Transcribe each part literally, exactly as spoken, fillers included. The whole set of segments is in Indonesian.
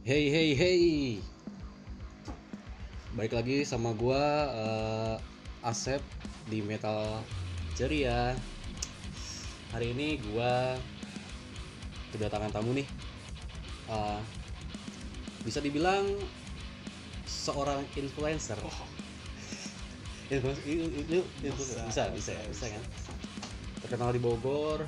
Hey hey hey, balik lagi sama gua eh, Asep di Metal Ceria. Hari ini gua kedatangan tamu nih. Eh, bisa dibilang seorang influencer. Influencer, itu, itu, itu, bisa, bisa, bisa, ya, bisa kan? Terkenal di Bogor.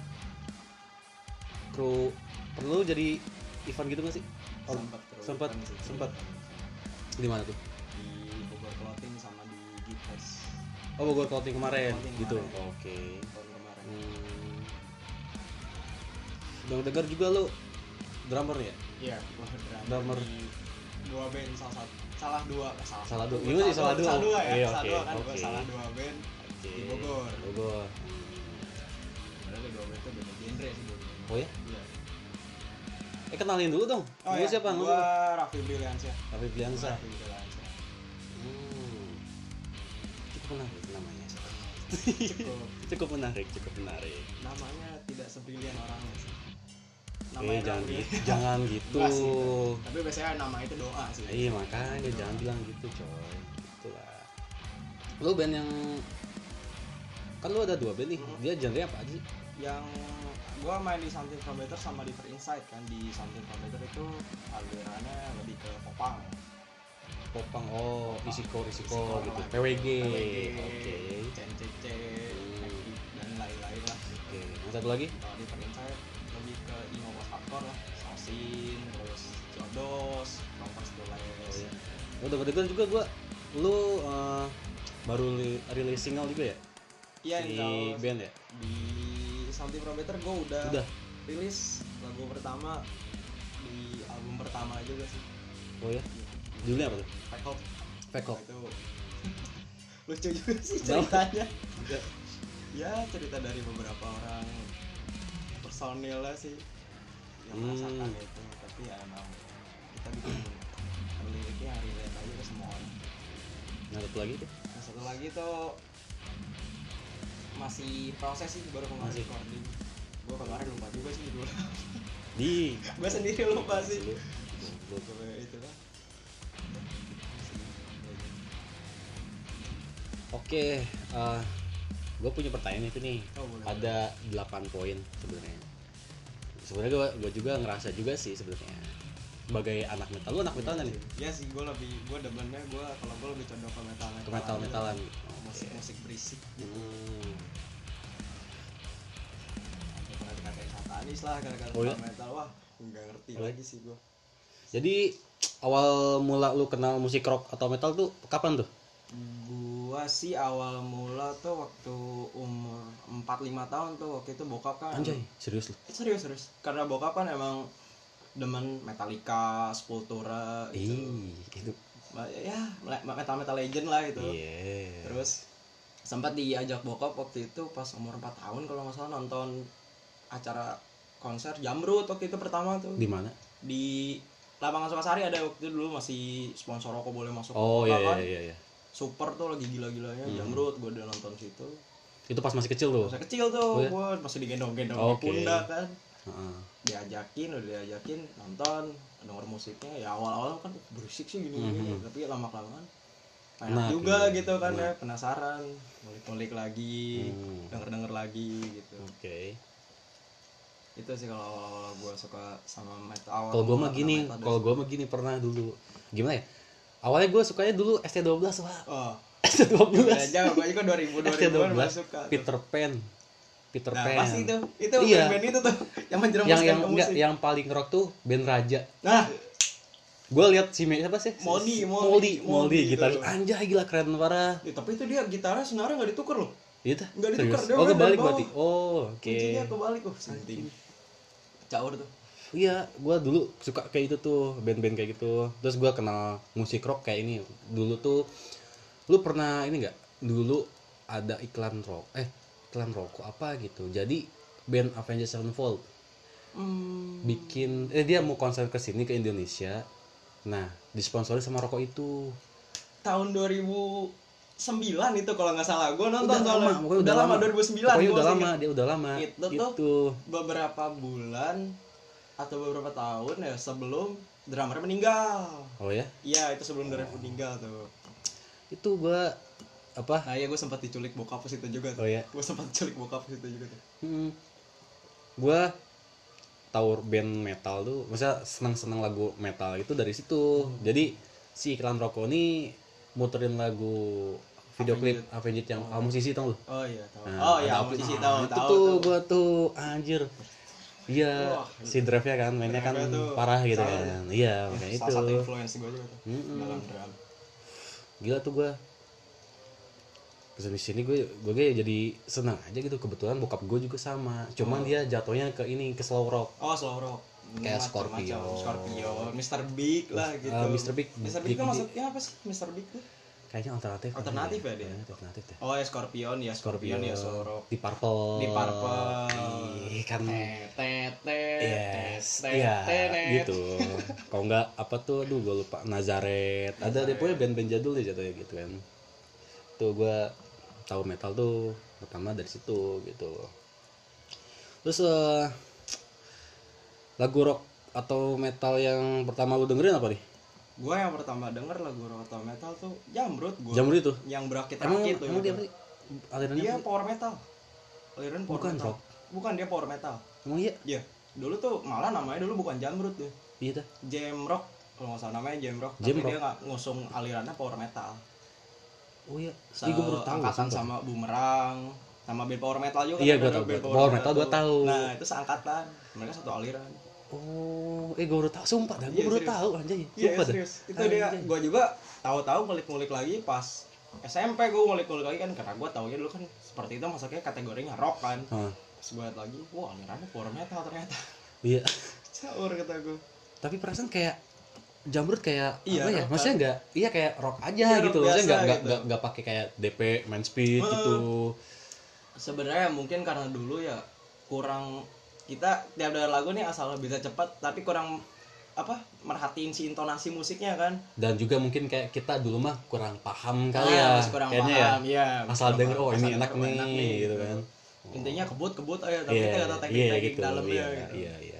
Kru perlu jadi event gitu nggak sih? Oh, sempat sempat sempat di mana tuh? di Bogor Clothing sama di Gifes Oh, Bogor Clothing kemarin Clothing gitu. kemarin. Oke. tahun kemarin. Hmm. Udah dengar juga lu drummer ya? Iya, gua drummer Drummer. di dua band, salah satu salah dua eh, salah, Salah dua. Gua Gimana sih salah dua? salah dua ya Iya, salah oke, dua kan gua oke. salah dua band Oke. di Bogor. Bogor. Padahal di dua band itu beda genre sih dua band. Oh ya? Iya. Eh, kenalin dulu dong. Oh Lu ya, siapa? Lu gua siapa? Raffi Briliansyah. Raffi Briansa. Raffi Briliansyah. Hmm. Cukup menarik namanya. Cukup Cukup menarik, cukup menarik. namanya tidak sebrilian orangnya sih. Eh, jangan Raffi. gitu. Jangan gitu. Enggak sih, tapi biasanya nama itu doa sih. Iya, makanya jangan bilang gitu, coy. Itulah. Lu band yang kan lu ada dua band nih. Hmm. Dia genre apa aja sih? Yang gua main di Something From Better sama di Inside kan. Di Something From Better itu alirannya lebih ke popang, Popang, oh, isiko, isiko Isiko gitu. lah. P W G. P W G, Oke. C N C C, Hmm. dan lain-lain lah. Oke. Yang satu lagi? Kalau di Inside lebih ke emo post hardcore lah, Sasin, terus Jodos, Rompers Oh Tules. iya. Lu denger-denger juga gua lu eh, baru li- rilis single juga ya? Iya, Di kalau band ya? di Something From Better gua udah, Udah. rilis lagu pertama di album pertama juga sih. Oh ya? Judulnya apa tuh? Fake Hope. Fake Hope. Itu lucu juga sih Jauh. ceritanya. Juga. Ya cerita dari beberapa orang personil lah sih yang Hmm. merasakan itu. Tapi ya emang kita bikin liriknya relate aja ke semua orang. Yang satu lagi tuh? Nah satu lagi tuh masih proses sih, baru kemarin Masih. recording. Gue kemarin lupa juga sih dulu. Di. Gue sendiri lupa sih. Lu- lu- Gue itu lah. Oke, eh gue punya pertanyaan itu nih. Oh, boleh, Ada delapan poin sebenarnya. Sebenarnya gue gue juga ngerasa juga sih sebenarnya. Sebagai anak metal, lu anak metal nggak nih? Ya sih, gue lebih gue demennya gue kalau gue lebih condong ke metal Ke metal metalan. musik musik berisik gitu. Hmm. Ada pernah dikatain satanis lah gara-gara Oh, iya? metal, wah nggak ngerti Oh, iya? lagi sih gue. Jadi awal mula lu kenal musik rock atau metal tuh kapan tuh? Gua sih awal mula tuh waktu umur empat lima tahun tuh, waktu itu bokap kan. Anjay, serius lu? Serius serius. Karena bokap kan emang demen Metallica, Sepultura gitu. Ih, itu. Ya, metal metal legend lah itu. Iya. Terus sempat diajak bokap waktu itu pas umur empat tahun kalau nggak salah nonton acara konser Jamrut waktu itu pertama tuh. Di mana? Di Lapangan Sukasari ada waktu itu, dulu masih sponsor rokok boleh masuk. Oh kota iya kan. iya iya iya. Super tuh lagi gila-gilanya, Hmm. Jamrut gue udah nonton situ. Itu pas masih kecil tuh. Masa kecil tuh, Oh, ya? gue masih digendong-gendong Oke. di pundak kan. Heeh. Diajakin, udah diajakin nonton, denger musiknya. Ya awal-awal kan "Uh, berisik sih gini-gini, Mhm. tapi lama-kelamaan enak Enak, juga iya. gitu kan Enak. ya, penasaran, ngulik-ngulik lagi, Hmm. denger-denger lagi gitu. Oke. Itu sih kalau awal-awal gue suka sama metal. Kalau gue mah awal-awal gini, metal kalau dari- gue mah gini pernah dulu. Gimana ya? Awalnya gue sukanya dulu S T dua belas, wah. Oh, S T dua belas. aja gue juga dua ribu dua S T dua ribuan belas. masuk suka. Peter Pan. Peter Nah, Pan. pasti itu. Itu Iya. band itu tuh yang menjerumuskan Yang yang ke enggak, musik. yang paling rock tuh band Raja. Nah, Gue lihat si siapa sih? Moldy, Moldy, Moldy, Moldy, Moldy gitaris. gitu. Anjay, gila keren parah. ya, tapi itu dia gitarnya senarnya nggak ditukar loh. Gitu. Nggak ditukar, Serius? dia Oh, main kebalik dari bawah. berarti. Oh, oke. Kuncinya kebalik tuh, santing. Caur tuh. Iya, gue dulu suka kayak itu tuh, band-band kayak gitu. Terus gue kenal musik rock kayak ini. Dulu tuh, lu pernah ini nggak? Dulu ada iklan rok, eh iklan rokok apa gitu. Jadi band Avenged Sevenfold Hmm. bikin, eh dia mau konser ke sini ke Indonesia. Nah, disponsori sama rokok itu. Tahun dua ribu sembilan itu kalau nggak salah gue nonton Udah soalnya. lama, pokoknya udah lama dua ribu sembilan. Pokoknya gua udah masih lama, ingat. dia udah lama. Itu Gitu. tuh beberapa bulan atau beberapa tahun ya sebelum drummer meninggal. Oh ya, Iya, itu sebelum drummer meninggal tuh. itu gua apa? Nah, iya gue sempat diculik bokap ke situ juga tuh. Oh ya, Gue sempat diculik bokap ke situ juga tuh. hmm. Gua tahu band metal tuh, maksudnya senang-senang lagu metal itu dari situ. Hmm. Jadi si Iklan Rokok ini muterin lagu video klip Avenged yang oh. musisi tau lu? Oh iya tahu. Nah, oh iya musisi tahu nah, tahu. Itu tuh gua tuh anjir. Iya, si drive-nya kan mainnya kan parah gitu kan. Iya, makanya itu. Salah satu influence gua juga tuh mm-hmm. dalam drum. Gila tuh gua. Kesini sini gue gue jadi senang aja gitu, kebetulan bokap gue juga sama, cuman oh. dia jatuhnya ke ini ke slow rock. Oh slow rock kayak Scorpio Scorpio Mister Big lah gitu. uh, Mister Big Mister Big itu maksudnya apa sih Mister Big tuh? Kayaknya alternatif alternatif ya, ya dia alternatif deh. Oh ya Scorpion ya Scorpion, Scorpion ya slow rock di Purple di Purple Ih, kan tete yes iya gitu. Kalau enggak apa tuh aduh gue lupa Nazareth ada deh pokoknya band-band jadul deh jatuhnya gitu kan. Tuh gue tahu metal tuh pertama dari situ gitu. Terus uh, lagu rock atau metal yang pertama lu dengerin apa nih? Gue yang pertama denger lagu rock atau metal tuh Jamrut gue. Jamrut itu? Yang berakit-rakit tuh. Emang dia alirannya? Dia power metal. Aliran power bukan metal. Rock. Bukan dia power metal. Emang iya? Iya. Dulu tuh malah namanya dulu bukan Jamrut tuh. Iya dah. Jam Rock kalau nggak salah namanya Jam Rock. Jam tapi rock. Dia nggak ngusung alirannya power metal. Oh iya. Iya gue baru tahu. Angkatan sama Bumerang, sama band power metal juga. Iya gue tahu. Power, power metal, metal gue tahu. Nah itu seangkatan. Mereka satu aliran. Oh, eh gue baru tahu. Sumpah dah, gue baru tahu anjay. Iya serius. Itu dia. Gue juga tahu-tahu ngulik-ngulik lagi pas S M P gue ngulik-ngulik lagi kan karena gue taunya dulu kan seperti itu masuknya kategorinya rock kan. Hmm. Pas gue liat lagi, wah alirannya power metal ternyata. Iya. Caur kata gue. Tapi perasaan kayak Jamrut kayak iya, apa ya? Maksudnya enggak iya kayak rock aja iya, gitu. Rock maksudnya enggak enggak gitu. enggak pakai kayak D P, main speed uh, gitu. Sebenarnya mungkin karena dulu ya kurang kita tiap dengar lagu nih asal bisa cepat tapi kurang apa merhatiin si intonasi musiknya kan. Dan juga mungkin kayak kita dulu mah kurang paham kali nah, ya. Kurang kayaknya paham, ya. ya asal denger oh ini enak nih, enak nih gitu kan. Intinya kebut-kebut aja tapi yeah, kita enggak tahu teknik-teknik yeah, gitu, dalamnya yeah, gitu. Iya, iya.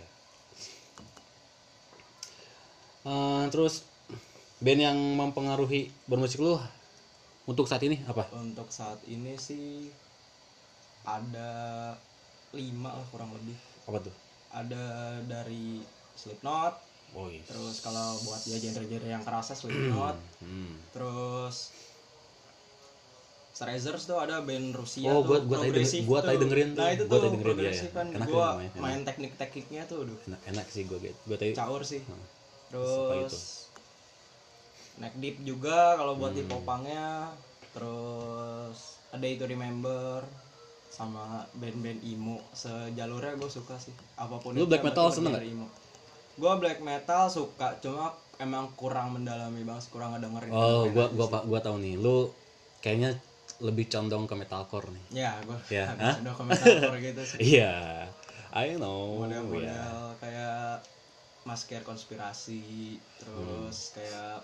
Uh, terus band yang mempengaruhi bermusik lu untuk saat ini apa? Untuk saat ini sih ada lima lah kurang lebih. Apa tuh? Ada dari Slipknot. Oh, yes. Terus kalau buat ya genre-genre yang kerasa Slipknot. hmm. Terus Strazers tuh ada band Rusia oh, tuh. Oh, gua tadi gua tadi dengerin tuh. Nah, itu gua tuh dengerin progresif ya. kan. Enak Gua ya, main teknik-tekniknya tuh aduh. Enak, enak sih gua gua tadi. Caur sih. Hmm. Terus Neck Deep juga kalau buat hmm. di popangnya. Terus ada itu Remember sama band-band emo sejalurnya gue suka sih apapun. Lu black metal seneng nggak? Gue black metal suka cuma emang kurang mendalami banget, kurang ngedengerin. Oh gue gue pak gue tahu nih lu kayaknya lebih condong ke metalcore nih. Ya gue ya, condong ke metalcore gitu sih. Iya I know model-model yeah. kayak Masker Konspirasi terus hmm. kayak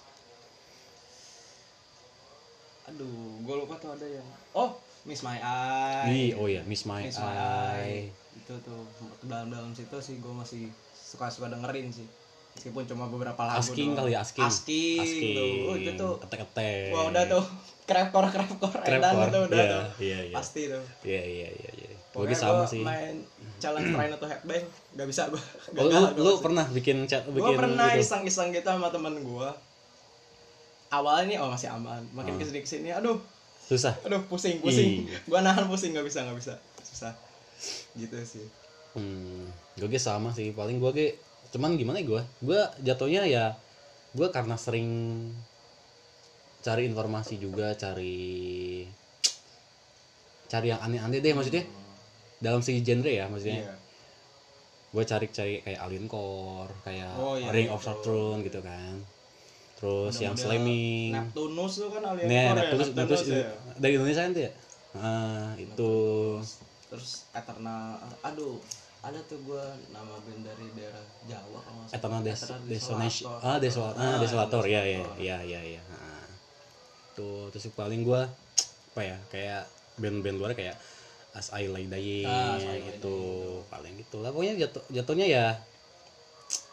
aduh gue lupa tuh ada yang oh Miss My Eye. Oh iya, Miss My, Miss My Eye. Itu tuh dalam-dalam situ sih gue masih suka-suka dengerin sih. Meskipun cuma beberapa lagu Asking doang. Kali ya, Asking. Asking. Asking. Tuh. Oh, itu tuh. Attack-attack. Wah, udah tuh. Crapcore, crapcore. Edan itu udah yeah, tuh. Iya, iya. Pasti tuh. Iya, iya, iya, iya. Gue sama sih. Main challenge Train atau Headbang enggak bisa gue. Oh, lu, lu pernah bikin chat bikin Gue pernah gitu? iseng-iseng gitu sama temen gue. Awalnya nih oh masih aman. Makin hmm. kesini kesini aduh susah. Aduh pusing pusing. Gua nahan pusing nggak bisa nggak bisa susah. Gitu sih. Hmm, gue ge sama sih. Paling gue ge cuman gimana ya gue? Gue jatuhnya ya gue karena sering cari informasi juga, cari cari yang aneh-aneh deh maksudnya. Hmm. Dalam segi genre ya maksudnya. Yeah. Gue cari-cari kayak Alien Core, kayak oh, iya, Ring iya, of Saturn gitu kan. Terus yang slamming Neptunus tuh kan alien nah, core Neptunus, ya, Neptunus ya. Dari Indonesia kan tuh ya ah itu terus Eternal aduh ada tuh gue nama band dari daerah Jawa kalau nggak salah Eternal Des- Desolator ah Desolator ah Desolator ya ya ya ya ya nah, tuh terus paling gue apa ya kayak band-band luar kayak As I Lay Dying ah, gitu paling gitu lah pokoknya jatuh jatuhnya ya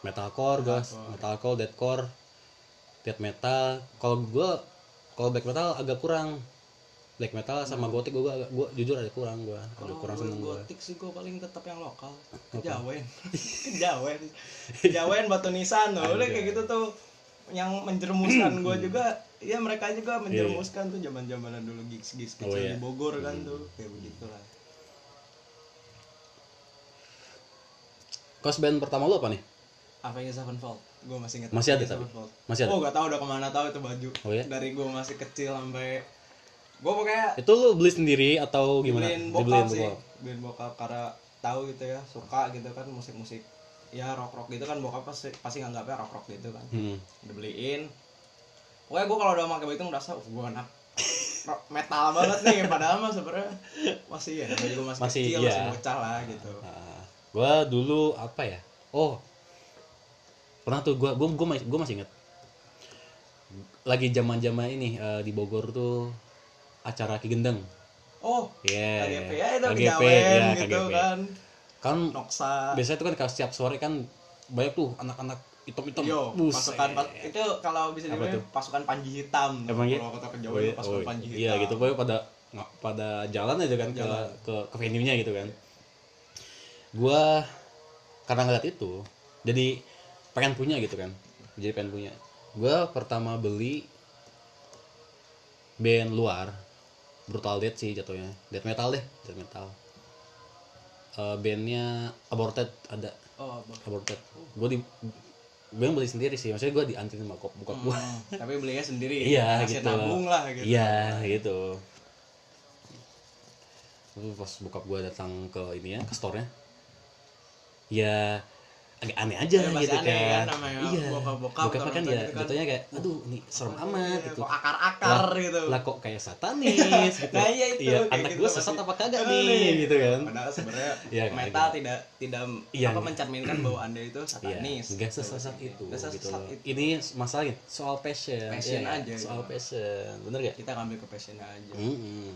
metalcore gue, metalcore, deathcore, death metal. Kalau gue kalau black metal agak kurang. Black metal sama gothic gue agak gue jujur agak kurang gue. Agak kurang seneng gue. Gothic sih gue paling tetap yang lokal. Kejawen. Kejawen. Kejawen Batu Nisan tuh. Udah kayak gitu tuh yang menjerumuskan gue juga. Iya mereka juga menjerumuskan tuh zaman-zamanan dulu gigs-gigs kecil oh, iya. di Bogor kan hmm. tuh kayak begitulah. Kos band pertama lo apa nih? Avenged Sevenfold. Gue masih ingat. Masih ada tapi. Masih ada. Oh, gak tahu udah kemana tahu itu baju. Oh, iya? Dari gue masih kecil sampai gue pokoknya itu lu beli sendiri atau gimana? Dibeliin bokap sih. Beliin bokap karena tahu gitu ya, suka gitu kan musik-musik ya rock-rock gitu kan bokap pasti pasti nganggapnya rock-rock gitu kan. Hmm. Dibeliin. Pokoknya gue kalau udah pakai begitu merasa uh, gue anak rock metal banget nih padahal mah sebenarnya masih ya, gue masih, masih kecil, iya. masih bocah lah gitu. Nah, gue dulu apa ya? Oh. Pernah tuh gue gue gue masih gue masih inget. Lagi zaman-zaman ini uh, di Bogor tuh acara Ki Gendeng. Oh, yeah. K G P ya itu K G P, Kejawen ya, gitu K G P. kan. Kan Noksa. Biasanya tuh kan kalau setiap sore kan banyak tuh anak-anak hitam-hitam. Yo, pasukan pas, itu kalau bisa dibilang pasukan Panji Hitam. Emang kalau kota Kejawen oh, iya. pasukan oh, Panji Hitam. Iya gitu pokoknya pada pada jalan aja kan jalan. ke ke ke venue-nya gitu kan. Gua karena ngeliat itu jadi pengen punya gitu kan. Jadi pengen punya. Gua pertama beli band luar Brutal Death sih jatuhnya, death metal deh, death metal. Uh, bandnya Aborted ada. Oh, Aborted. Gue di gue beli sendiri sih, maksudnya gue dianterin sama bokap gue. Hmm, tapi belinya sendiri. Iya gitu. Nabung lah gitu. Iya gitu. Terus pas bokap gue datang ke ini ya, ke store-nya. Ya agak aneh aja ya, gitu aneh kan, kan iya bokap-bokap bokap kan ya gitu jatuhnya kayak aduh ini serem oh, amat iya, gitu kok akar-akar lah, gitu lah kok kayak satanis gitu nah, iya, itu, iya anak gitu, gue sesat apa kagak nih gitu kan padahal sebenarnya ya, metal gitu. tidak tidak ya, apa mencerminkan bahwa anda itu satanis ya, gak sesat itu gak sesat gitu itu. Ini masalahnya soal passion passion ya, aja soal gitu. passion bener gak kita ngambil ke passion aja mm-hmm.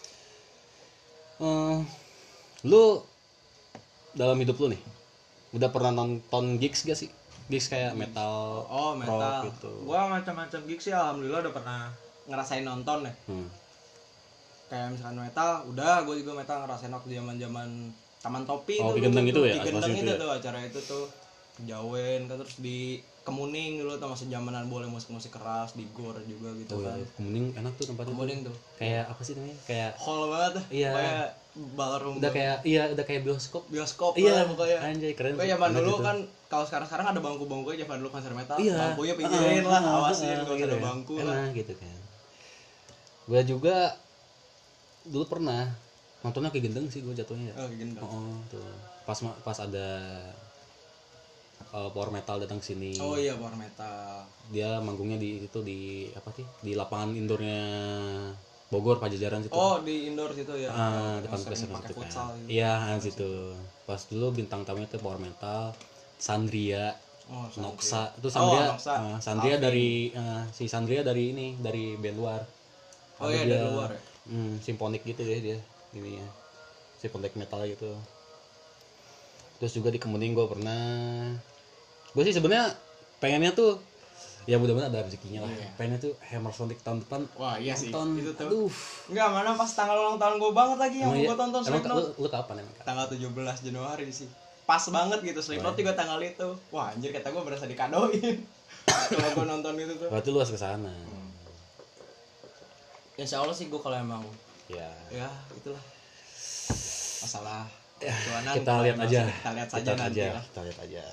uh, lu dalam hidup lu nih udah pernah nonton gigs gak sih? Gigs kayak metal, oh metal, rock gitu. Gua macam-macam gigs sih alhamdulillah udah pernah ngerasain nonton ya. Hmm. Kayak misalkan metal, udah gue juga metal ngerasain waktu zaman-zaman Taman Topi oh, itu. Oh, Gendeng itu ya? Gendeng itu, itu tuh acara itu tuh. Jawen kan terus di Kemuning dulu tuh masih zamanan boleh musik-musik keras di Gor juga gitu oh, kan. Iya. Kemuning enak tuh tempatnya. Kemuning tuh. Kayak apa sih namanya? Kayak hall banget. Iya. Kayak ballroom. Udah kayak iya udah kayak bioskop. Bioskop iya, lah pokoknya. Anjay keren. Kayak zaman dulu gitu. Kan kalau sekarang-sekarang ada bangku-bangkunya zaman dulu konser metal. Iya. Bangkunya pinggirin uh, lah, uh, awasin uh, kalau gitu ada ya. bangku enak, lah. gitu kan. Gua juga dulu pernah nontonnya ke Gendeng sih gua jatuhnya ya. Oh, ke Gendeng. Oh, tuh. Pas pas ada Uh, power metal datang sini. Oh iya power metal. Dia manggungnya di itu di apa sih? Di lapangan indoornya Bogor Pajajaran situ. Oh di indoor situ ya. Ah, depan Presiden situ kan. Iya, gitu. situ. Pas dulu bintang tamunya itu power metal, Sandria, oh, Noksa. Itu Sandria. Oh, uh, Sandria Alvin. dari uh, si Sandria dari ini dari band luar. Oh iya dari luar ya. Hmm, simfonik gitu deh dia ini ya. Simfonik metal gitu. Terus juga di Kemuning gue pernah gue sih sebenarnya pengennya tuh ya mudah-mudahan ada rezekinya lah yeah. Pengennya tuh Hammer Sonic tahun depan wah iya sih tonton. Itu tuh aduh enggak mana pas tanggal ulang tahun gue banget lagi yang gue tonton Slipknot lu, lu kapan emang? Tanggal tujuh belas Januari sih pas banget gitu Slipknot juga tanggal itu wah anjir kata gue berasa dikadoin kalau gue nonton itu tuh berarti lu harus kesana hmm. Insya Allah sih gue kalau emang ya ya itulah masalah ya, kita lihat aja kita lihat saja kita nanti aja lah. kita lihat aja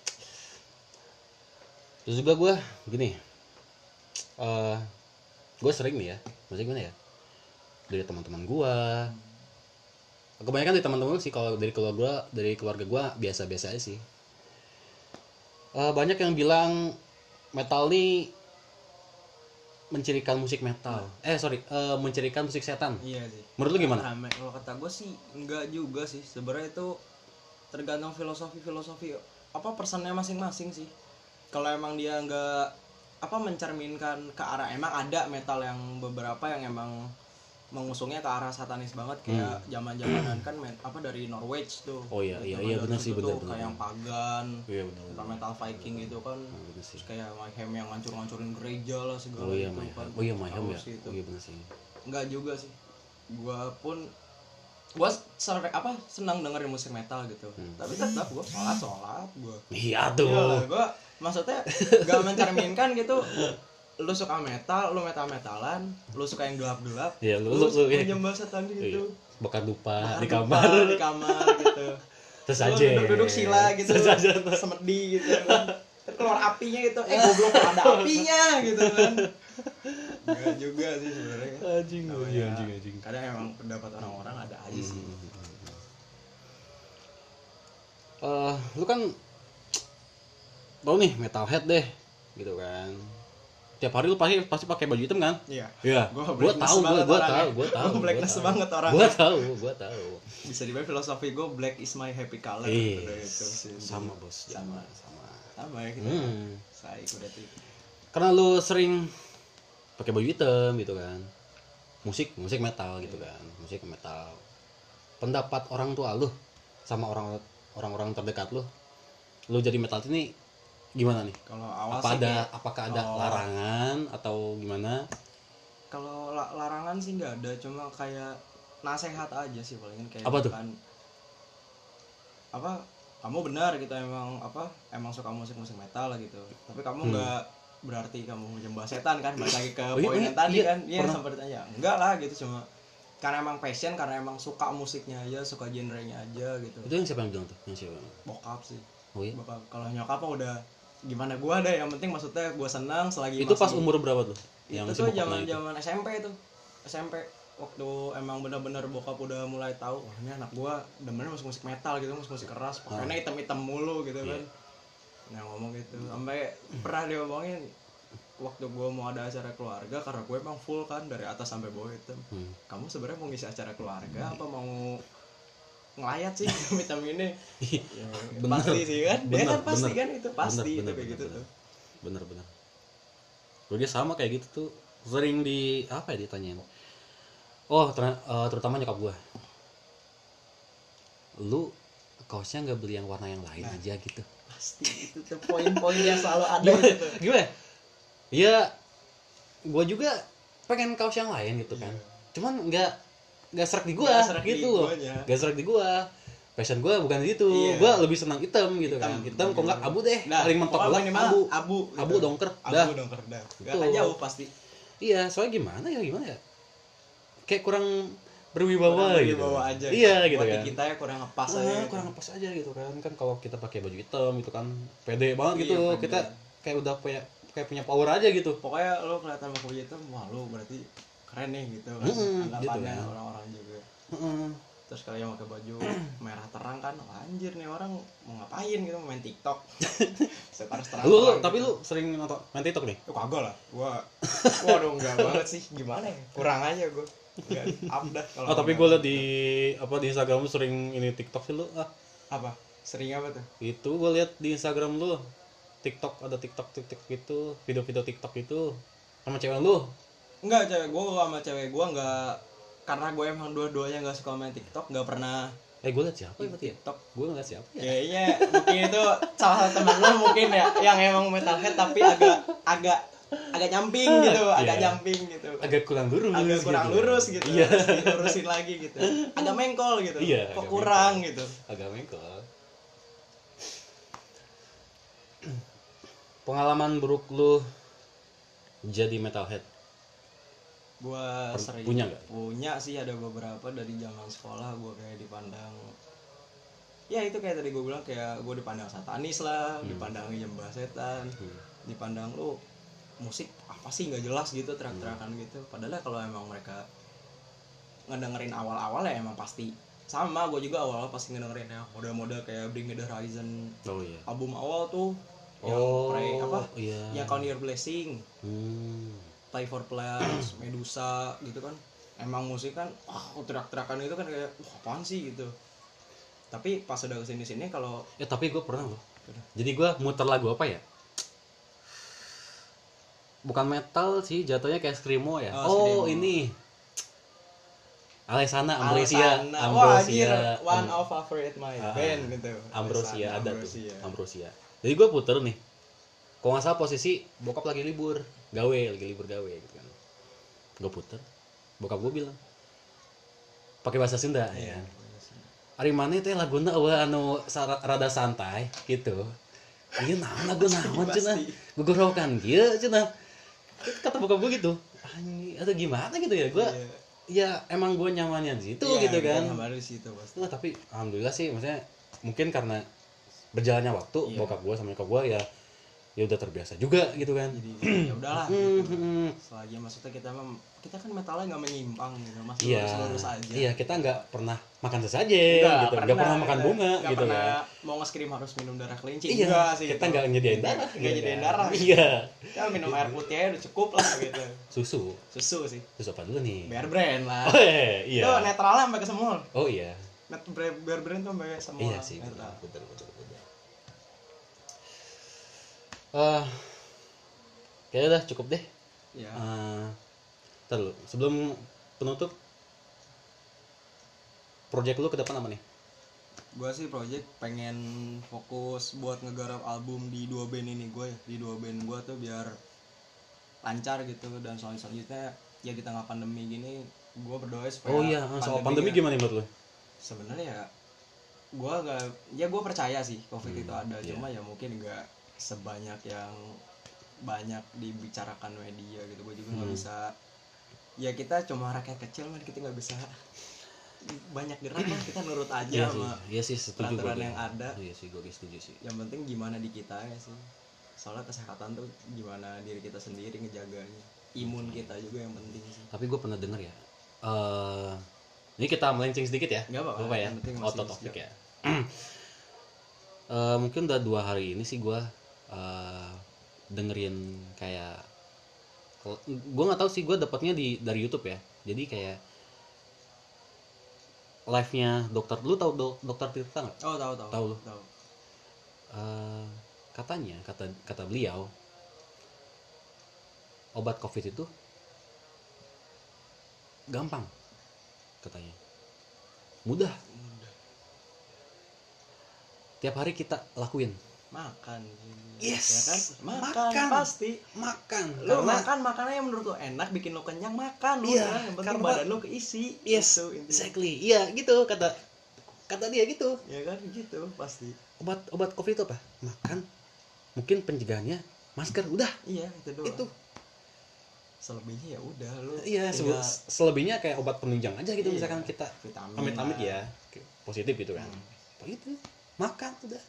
terus juga gue gini uh, gue sering nih ya maksudnya gimana ya dari teman-teman gue kebanyakan dari teman-teman sih kalau dari keluarga dari keluarga gue biasa-biasa aja sih uh, banyak yang bilang metal nih mencirikan musik metal. Eh sorry, uh, mencirikan musik setan. Iya sih. Menurut lu gimana? Rame. Kalau kata gue sih enggak juga sih. Sebenarnya itu tergantung filosofi-filosofi apa personnya masing-masing sih. Kalau emang dia enggak apa mencerminkan ke arah emang ada metal yang beberapa yang emang mengusungnya ke arah satanis banget kayak zaman-zamanan kan men, apa dari Norwich tuh. Oh iya iya Zaman iya dari benar sih situ benar tuh, benar. kayak yang pagan, Iya benar. metal metal Viking gitu kan. Oh, benar sih. Terus kayak Mayhem yang ngancur-ngancurin gereja lah segala Oh iya gitu Mayhem. kan. Oh iya Mayhem Tahu ya. sih itu. Oh iya benar sih. Enggak juga sih. Gua pun gua ser- apa senang dengerin musik metal gitu. Hmm. Tapi tetap gua sholat-sholat gua. Iya tuh. Iyalah, gua maksudnya gak mencerminkan gitu. Lu suka metal, lu metal-metalan, lu suka yang gelap-gelap, Iya, lu lu, lu, lu iya. menyembah setan Iya. gitu. Bakar dupa Bakar di dupa kamar. di kamar gitu. Terus Lu aja. duduk-duduk sila gitu. Sesajen. Semedi gitu kan. Terus keluar apinya gitu. Eh goblok kok ada apinya gitu kan. Enggak juga sih sebenarnya. Anjing, Namanya, anjing, anjing, anjing. Kadang emang pendapat orang-orang ada aja sih. Eh, lu kan tau nih metalhead deh, gitu kan. Tiap hari lu pasti pasti pakai baju hitam kan? Iya. Iya. Gua Gua blackness tahu, gua banget gua orangnya. tahu, gua tahu. Gua gua blackness tahu. banget orangnya. Gua tahu, gua tahu. Bisa dibilang filosofi gue black is my happy color. Iya. Udah itu sih. Sama, Bos. Sama. sama. Sama ya kita. Hmm. Saya berarti. Karena lu sering pakai baju hitam gitu kan. Musik, musik metal gitu kan. Musik metal. Pendapat orang tua lu sama orang orang-orang terdekat lu, lu jadi metal ini gimana nih? Kalau awal Apa sih ada kayak- apakah ada Oh. larangan atau gimana? kalau la- larangan sih nggak ada, cuma kayak nasehat aja sih palingan kayak Apa tuh? bukan apa kamu benar gitu emang apa emang suka musik-musik metal lah gitu. Tapi kamu Hmm. nggak berarti kamu menyembah setan kan, balik lagi ke Oh iya, poin iya, yang tadi iya, kan. Iya pernah. sempat ditanya. Enggak lah gitu, cuma karena emang passion, karena emang suka musiknya aja, suka genrenya aja gitu. Itu yang siapa yang bilang tuh? Yang siapa? Bokap sih. Oh iya. Bapak kalau nyokap mah udah gimana gua ada, yang penting maksudnya gua senang selagi Itu pas masih- umur berapa tuh? itu Yang si tuh bokap zaman naik itu? zaman S M P tuh S M P waktu emang benar-benar bokap udah mulai tahu wah ini anak gua demennya musik musik metal gitu, musik musik keras, pakainya hitam hitam mulu gitu kan. Nah ngomong gitu sampai pernah dia ngomongin waktu gua mau ada acara keluarga, karena gue emang full kan dari atas sampai bawah hitam. Hmm. Kamu sebenarnya mau ngisi acara keluarga apa mau ngelayat sih hitam ini? Ya, Bener. pasti sih kan, dia Bener, kan pasti bener. kan itu pasti Bener, itu bener, kayak bener, gitu bener. tuh. Bener bener. Gue dia sama kayak gitu tuh, sering di apa ya ditanyain. Oh ter- eh, terutama nyokap gue. Lu kaosnya nggak beli yang warna yang lain Nah. aja gitu? Pasti itu tuh poin-poin yang selalu ada Gimana? gitu. Gimana? Ya, gue juga pengen kaos yang lain gitu kan. Cuman nggak nggak serak di gue Nggak serak di gitu loh. guanya. Nggak serak di gue. Passion gue bukan di situ. Iya. Gue lebih senang hitam gitu Hitam. kan. Hitam kok nggak abu deh. Nah, Paling mentok pokoknya banget minimal abu. abu Abu gitu. dongker. Abu Dah. dongker dah. Gak Betul. akan jauh pasti. Iya, soalnya gimana ya gimana ya? Kayak kurang berwibawa Kurang gitu. berwibawa aja. Iya gitu Buat di kan. kita ya kurang ngepas Ah, aja. gitu. kurang ngepas aja gitu kan. Kan kalau kita pakai baju hitam gitu kan pede banget gitu. Iya, pede. Kita kayak udah punya kayak punya power aja gitu. Pokoknya lo kelihatan pakai baju hitam, wah lo berarti keren nih gitu kan. Mm-mm, Anggapannya gitu kan. orang-orang juga. Heeh. Terus kalau yang pakai baju merah terang kan, wah, anjir nih orang mau ngapain gitu, mau main TikTok. Sekarang terang. Lu, lu tapi lu sering nonton main TikTok nih? Lu kagak lah. Gua waduh enggak banget sih. Gimana ya? Kurang aja gua. Enggak up dah kalau. Oh, tapi enggak. gue liat di apa di Instagram lu sering ini TikTok sih lu. Ah, apa? Sering apa tuh? itu gue liat di Instagram lu. TikTok ada TikTok TikTok gitu, video-video TikTok itu sama cewek lu. Enggak, cewek gua sama cewek gua enggak, karena gue emang dua-duanya enggak suka main TikTok, enggak pernah Eh, gue liat siapa ya berarti ya? TikTok. Gue ngeliat siapa ya? Kayaknya mungkin itu salah satu teman lo mungkin ya yang emang metalhead tapi agak agak agak nyamping gitu, agak Iya. nyamping gitu. Agak kurang lurus. Agak kurang gitu. lurus gitu. Iya. Terus dilurusin lagi gitu. Agak mengkol gitu. Iya, Kok agak kurang gitu. Agak mengkol. Pengalaman buruk lu jadi metalhead Gua Per- sering punya nggak? Punya sih, ada beberapa dari zaman sekolah gua kayak dipandang, ya itu kayak tadi gue bilang, kayak gue dipandang satanis lah, Hmm. dipandang nyembah setan, Hmm. dipandang lu musik apa sih nggak jelas gitu, teriak-teriakan gitu. Padahal kalau emang mereka ngedengerin awal-awal ya emang pasti sama. Gue juga awal-awal pasti ngedengerin ya mode-mode kayak Bring Me The Horizon, Oh iya. album awal tuh yang Oh, pray apa iya. yang Count Your Blessing, Hmm. Play for Plans, Medusa gitu kan. Emang musik kan wah teriak-teriakan itu kan kayak wah apaan sih gitu. Tapi pas udah kesini-sini kalau Ya tapi gue pernah loh. Jadi gue muter lagu apa ya? Bukan metal sih, jatuhnya kayak screamo ya. Oh, Oh, screamo. ini Alessana, Ambrosia, Alessana. Wah, anjir, Ambrosia, one Am- of favorite my Ah, band gitu. Ambrosia Alessana, ada Ambrosia. tuh, Ambrosia. Jadi gue puter nih, kalau nggak salah posisi bokap lagi libur, gawe, lagi libur gawe gitu kan. Gue puter, bokap gue bilang, pakai bahasa Sunda ya. Ari mana teh laguna eueuh anu sara- rada santai gitu. Iya naon lagu naon cenah. Gugorokan kieu cenah. Kata bokap gue gitu. Anjing atau gimana gitu ya? Gue Iya. ya emang gue nyamannya di situ Iya, gitu kita kan. nyaman di situ pasti. Nah, tapi alhamdulillah sih maksudnya mungkin karena berjalannya waktu Iya. bokap gue sama nyokap gue ya ya udah terbiasa juga gitu kan. Jadi ya udahlah Hmm, gitu. hmm. Selagi maksudnya kita mem, kita kan metalnya nggak menyimpang gitu, masih Iya, lurus-lurus aja. iya kita nggak pernah makan sesajen Nggak gitu, nggak pernah makan kita bunga nggak gitu pernah kan. mau nge-scream harus minum darah kelinci. Iya, Enggak sih kita gitu. nggak nyediain darah, Nggak gitu nyediain kan. darah. Iya, Kita minum air putih aja udah cukup lah gitu. susu, Susu sih. susu apa dulu nih? Bear brand lah. Oh iya, iya. Itu netralnya sampai ke semul. Oh iya, Net bear brand tuh sampai semul. iya sih, betul, netral. betul, betul, betul. Eh, kayaknya udah cukup deh. Iya. Eh, ntar dulu, sebelum penutup, project lu ke depan apa nih? Gua sih project pengen fokus buat ngegarap album di dua band ini gue ya. Di dua band gua tuh biar lancar gitu, dan soal selanjutnya ya di tengah pandemi gini gua berdoa supaya Oh iya, soal pandemi nggak- gimana menurut lu? sebenarnya ya gua gak, ya gua percaya sih covid Hmm, itu ada, iya. cuma ya mungkin nggak sebanyak yang banyak dibicarakan media gitu. Gue juga nggak Hmm. bisa, ya kita cuma rakyat kecil man, kita nggak bisa banyak gerak lah, kita nurut aja Iya sih, sama iya sih setuju peraturan gua. yang ada. Iya sih, gue setuju sih. Yang penting gimana di kita ya sih, soalnya kesehatan tuh gimana diri kita sendiri ngejaganya, imun kita juga yang penting sih. Tapi gue pernah denger ya. eh ini kita melenceng sedikit ya. Nggak apa-apa, Apa ya? yang penting masih Out of topic sejak. ya. Eh, mungkin udah dua hari ini sih gue eh, dengerin kayak, gue nggak tahu sih, gue dapatnya di dari YouTube ya. Jadi kayak live-nya dokter, lu tahu dok, dokter Tirta nggak? Oh tahu tahu Tahu lu? tahu. Eh, katanya kata kata beliau obat covid itu gampang katanya, mudah, tiap hari kita lakuin. Makan Yes, ya kan, makan, makan. pasti Makan lu karena makan makannya yang menurut lu enak, bikin lu kenyang, makan lu. Iya, Udah, yang penting karena- badan lu keisi. yes, Gitu intinya. exactly, iya gitu kata kata dia gitu. Ya kan gitu pasti. Obat obat covid itu apa? Makan, mungkin pencegahannya masker, udah Iya itu doang. itu. Selebihnya ya udah lu Iya, tinggal sebe- selebihnya kayak obat penunjang aja gitu. Iya, Misalkan kita vitamin amit-amit lah. ya positif gitu kan. Hmm. Begitu, makan udah.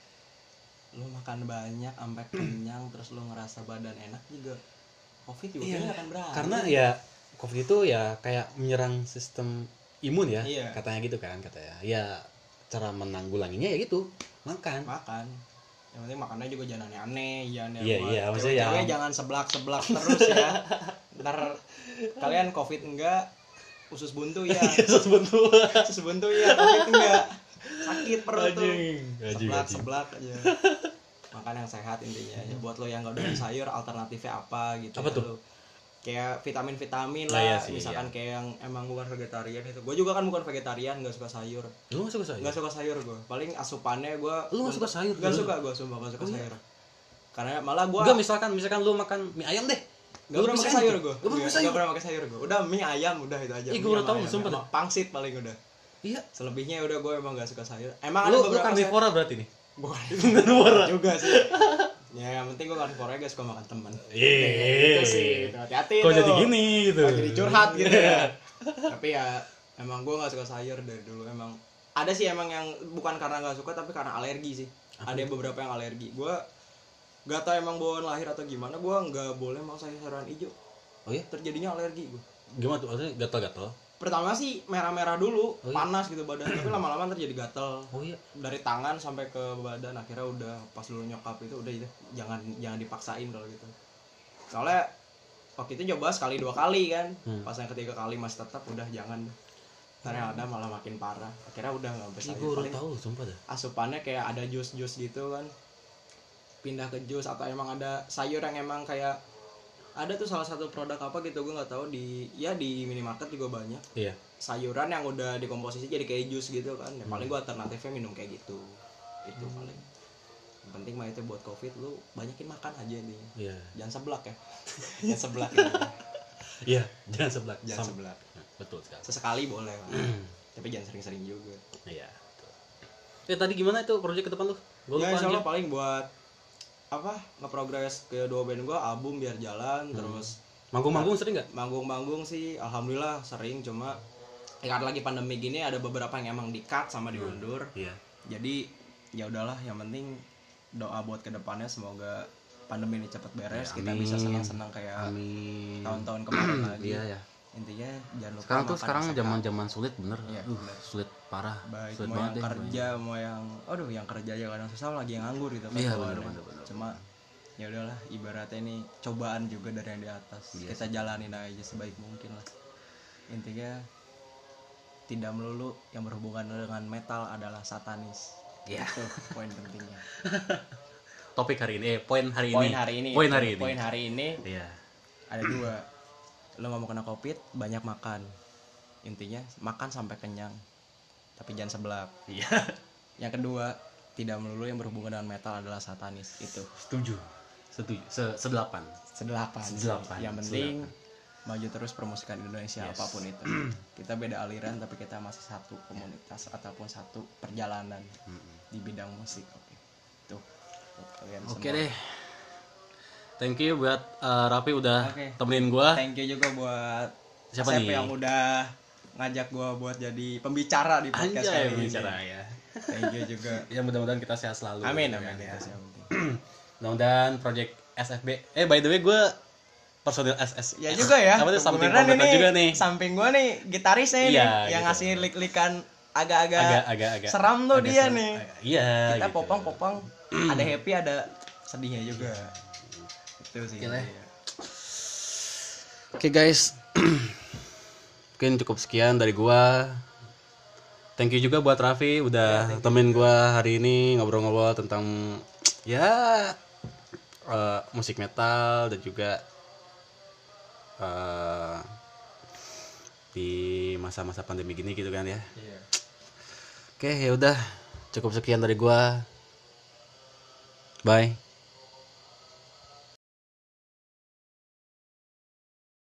Lu makan banyak sampai kenyang terus lu ngerasa badan enak juga, covid juga Iya, kayaknya akan berani. Karena ya covid itu ya kayak menyerang sistem imun ya, Iya. katanya gitu kan, katanya. Ya cara menanggulanginya ya gitu, makan. makan, yang penting makannya juga jangan aneh-aneh ya. Iya, buat iya, maksudnya ya- cewek-cewek jangan seblak-seblak terus ya. Ntar kalian covid enggak, usus buntu ya. Yesus bantu. Usus buntu ya, covid enggak, sakit perut tuh. Anjing, anjing, Seblak anjing. seblak aja. Makan yang sehat intinya ya. Buat lo yang gak doyan sayur, alternatifnya apa gitu. Apa ya, tuh? lo. Kayak vitamin-vitamin Nah, lah, iya sih, misalkan iya. kayak yang emang bukan vegetarian itu. Gue juga kan bukan vegetarian, gak suka sayur. Lu gak suka sayur? Gak suka sayur gue. Paling asupannya gue. Lu nggak suka sayur? Gak Lu? suka gue, sumpah gak suka Oh, iya? sayur. Karena malah gue Enggak, misalkan misalkan lu makan mie ayam deh. gak Lu pernah bisa pakai sayur gitu? gue. Gak pernah pakai sayur. Gak pernah pakai sayur gue. Udah mie ayam udah itu aja. Ih, Mie gua baru sama tahu, ayam. sumpah Emang pangsit paling udah. Iya. Selebihnya udah gue emang gak suka sayur. Emang Lu ada lu beberapa sayur. karnivora berarti nih. Bukan Karnivora. juga sih. Ya yang penting gue karnivora gak suka makan teman. Iya. Itu sih, itu hati-hati Kok tuh. jadi gini gitu. Kok jadi curhat gitu ya. Tapi ya emang gue gak suka sayur dari dulu. Emang ada sih emang yang bukan karena gak suka tapi karena alergi sih. Apa Ada beberapa yang alergi. Gue gak tau emang bawaan lahir atau gimana, gue gak boleh makan sayur-sayuran hijau. Oh iya? Terjadinya alergi gue. Gimana tuh? Maksudnya gatal-gatal? Pertama sih merah-merah dulu, Oh iya? panas gitu badan, tapi lama-lama terjadi gatel. Oh iya. Dari tangan sampai ke badan, akhirnya udah pas dulu nyokap itu udah itu jangan jangan dipaksain kalau gitu. Soalnya waktu itu coba sekali dua kali kan, Hmm. pas yang ketiga kali masih tetap udah jangan. Ntar yang ada malah makin parah. Akhirnya udah nggak sampai Ih, sayur. gue udah Paling tahu, sumpah dah. asupannya kayak ada jus-jus gitu kan, pindah ke jus atau emang ada sayur yang emang kayak ada tuh salah satu produk apa gitu gue nggak tahu di ya di minimarket juga banyak Iya. sayuran yang udah dikomposisi jadi kayak jus gitu kan ya, paling gue alternatifnya minum kayak gitu itu Hmm. paling yang penting mah itu buat covid lu banyakin makan aja nih Iya. jangan seblak ya jangan seblak ya. Iya, jangan sebelah. Jangan Sam- seblak Betul sekali. sesekali boleh lah tapi jangan sering-sering juga Iya. betul. Eh tadi gimana itu proyek ke depan lu? Gua ya lupa insya Allah anjir. paling buat apa ngeprogres ke dua band gue album biar jalan terus Manggung-manggung sering nggak? manggung-manggung sih alhamdulillah sering cuma ya karena lagi pandemi gini ada beberapa yang emang di-cut sama diundur Iya. jadi ya udahlah yang penting doa buat kedepannya semoga pandemi ini cepat beres Ya, kita amin. bisa senang-senang kayak Amin. tahun-tahun kemarin lagi Iya ya. intinya jangan lupa Sekarang tuh makan sekarang sehat. zaman-zaman sulit bener. Iya, Aduh, bener. sulit parah. baik sulit mau yang deh, kerja mau yang aduh yang kerja aja kadang susah lagi yang nganggur gitu kan Iya, keluarnya. bener, bener, bener. Cuma ya udahlah ibaratnya ini cobaan juga dari yang di atas Iya kita jalanin aja sebaik mungkin lah intinya tidak melulu yang berhubungan dengan metal adalah satanis. Iya. Itu poin pentingnya. Topik hari ini, eh, poin hari Poin ini. hari ini. Poin hari ini. Poin hari ini Iya. ada dua. Lo nggak mau kena covid, banyak makan. Intinya makan sampai kenyang, tapi jangan seblak. Iya. Yang kedua, tidak melulu yang berhubungan dengan metal adalah satanis. Itu Setuju. Setuju. Se sedelapan. sedelapan. Sedelapan. Yang penting maju terus permusikan Indonesia Yes. apapun itu. Kita beda aliran tapi kita masih satu komunitas ataupun satu perjalanan di bidang musik. Oke. Tuh. buat kalian Oke semua. deh. Thank you buat uh, Raffi udah Oke. temenin gua. Thank you juga buat Siapa Asep nih? yang udah ngajak gua buat jadi pembicara di podcast Anjay, kali bicara ini. ya. Thank you juga. Ya mudah-mudahan kita sehat selalu. Amin gitu amin kan, ya. ya. yang penting. Mudah-mudahan project S F B. Eh by the way gue personil S S. Ya juga ya. Apa tuh samping Kebenaran komputer ini juga nih. Samping gua nih gitarisnya ini Iya, yang gitu. ngasih lik-likan agak-agak Agak agak agak. seram tuh agak dia seram. nih. Agak- Iya. Kita gitu. popang-popang ada happy ada sedihnya juga. Itu sih. Gila. Iya. Oke guys. Mungkin cukup sekian dari gua. Thank you juga buat Raffi udah temenin gua hari ini ngobrol-ngobrol tentang ya eh, musik metal dan juga eh, di masa-masa pandemi gini gitu kan ya. Iya. Oke, ya udah cukup sekian dari gua. Bye.